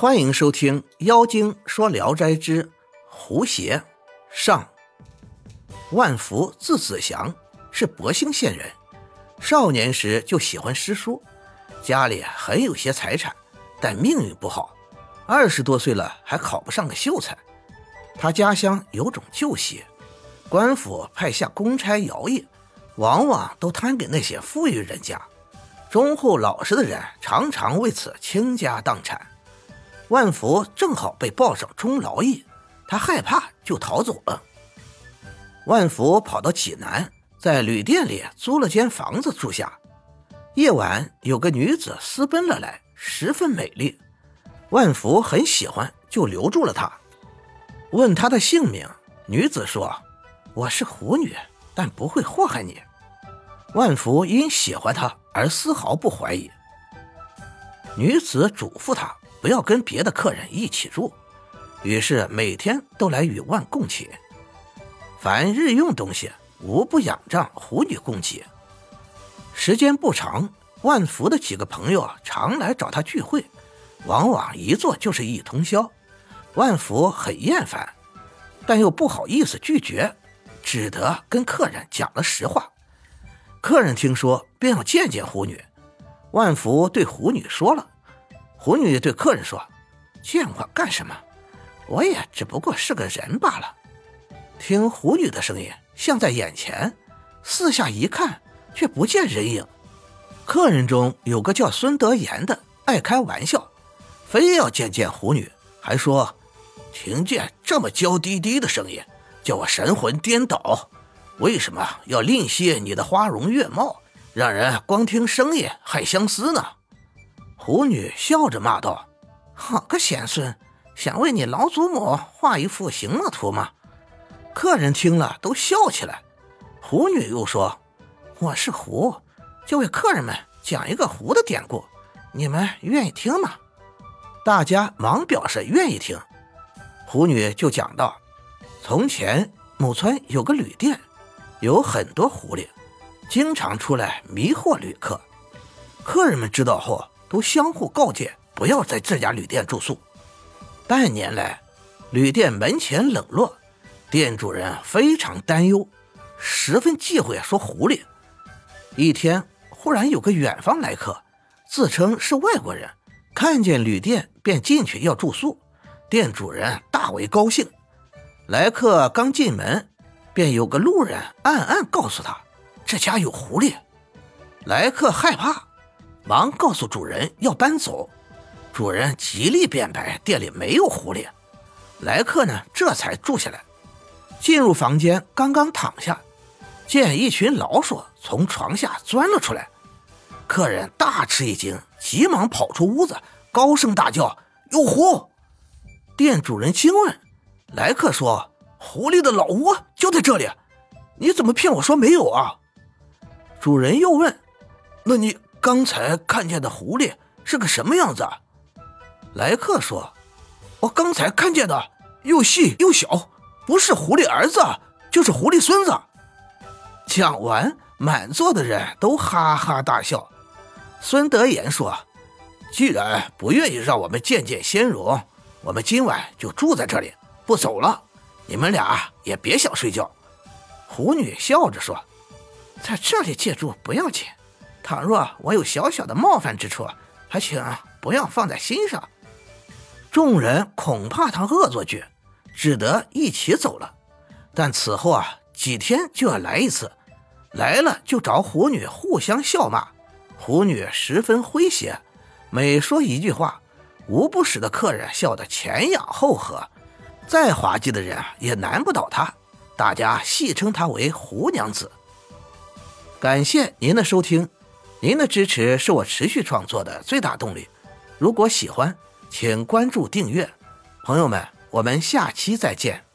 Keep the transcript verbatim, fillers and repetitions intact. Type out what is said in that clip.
欢迎收听《妖精说聊斋之狐邪》上。万福字子祥，是博兴县人。少年时就喜欢诗书，家里很有些财产，但命运不好。二十多岁了还考不上个秀才。他家乡有种旧习，官府派下公差徭役，往往都摊给那些富裕人家，忠厚老实的人常常为此倾家荡产。万福正好被报上中劳役，他害怕就逃走了。万福跑到济南，在旅店里租了间房子住下。夜晚有个女子私奔了来，十分美丽，万福很喜欢，就留住了她。问她的姓名，女子说：我是狐女，但不会祸害你。万福因喜欢她而丝毫不怀疑。女子嘱咐他不要跟别的客人一起住，于是每天都来与万共寝。凡日用东西无不仰仗狐女供给。时间不长，万福的几个朋友常来找他聚会，往往一坐就是一通宵。万福很厌烦，但又不好意思拒绝，只得跟客人讲了实话。客人听说便要见见狐女，万福对狐女说了。狐女对客人说：见我干什么？我也只不过是个人罢了。听狐女的声音像在眼前，四下一看却不见人影。客人中有个叫孙德言的爱开玩笑，非要见见狐女，还说听见这么娇滴滴的声音叫我神魂颠倒，为什么要吝惜你的花容月貌，让人光听声音害相思呢？狐女笑着骂道：好个贤孙，想为你老祖母画一幅行乐图吗？客人听了都笑起来。狐女又说：我是狐，就为客人们讲一个狐的典故，你们愿意听吗？大家忙表示愿意听。狐女就讲道：从前某村有个旅店，有很多狐狸，经常出来迷惑旅客。客人们知道后都相互告诫不要在这家旅店住宿。半年来，旅店门前冷落，店主人非常担忧，十分忌讳说狐狸。一天忽然有个远方来客，自称是外国人，看见旅店便进去要住宿，店主人大为高兴。来客刚进门，便有个路人暗暗告诉他这家有狐狸。来客害怕，忙告诉主人要搬走。主人极力辩白店里没有狐狸。来客呢这才住下来。进入房间，刚刚躺下，见一群老鼠从床下钻了出来。客人大吃一惊，急忙跑出屋子，高声大叫：有狐！店主人惊问，来客说：狐狸的老窝就在这里，你怎么骗我说没有啊？主人又问：那你刚才看见的狐狸是个什么样子啊？来客说：我刚才看见的又细又小，不是狐狸儿子就是狐狸孙子。讲完，满座的人都哈哈大笑。孙德言说：既然不愿意让我们见见仙容，我们今晚就住在这里，不走了，你们俩也别想睡觉。狐女笑着说：在这里借住不要紧，倘若我有小小的冒犯之处，还请不要放在心上。众人恐怕他恶作剧，只得一起走了。但此后啊，几天就要来一次，来了就找狐女互相笑骂。狐女十分诙谐，每说一句话，无不使得客人笑得前仰后合，再滑稽的人也难不倒她。大家戏称她为狐娘子。感谢您的收听，您的支持是我持续创作的最大动力。如果喜欢，请关注订阅。朋友们，我们下期再见。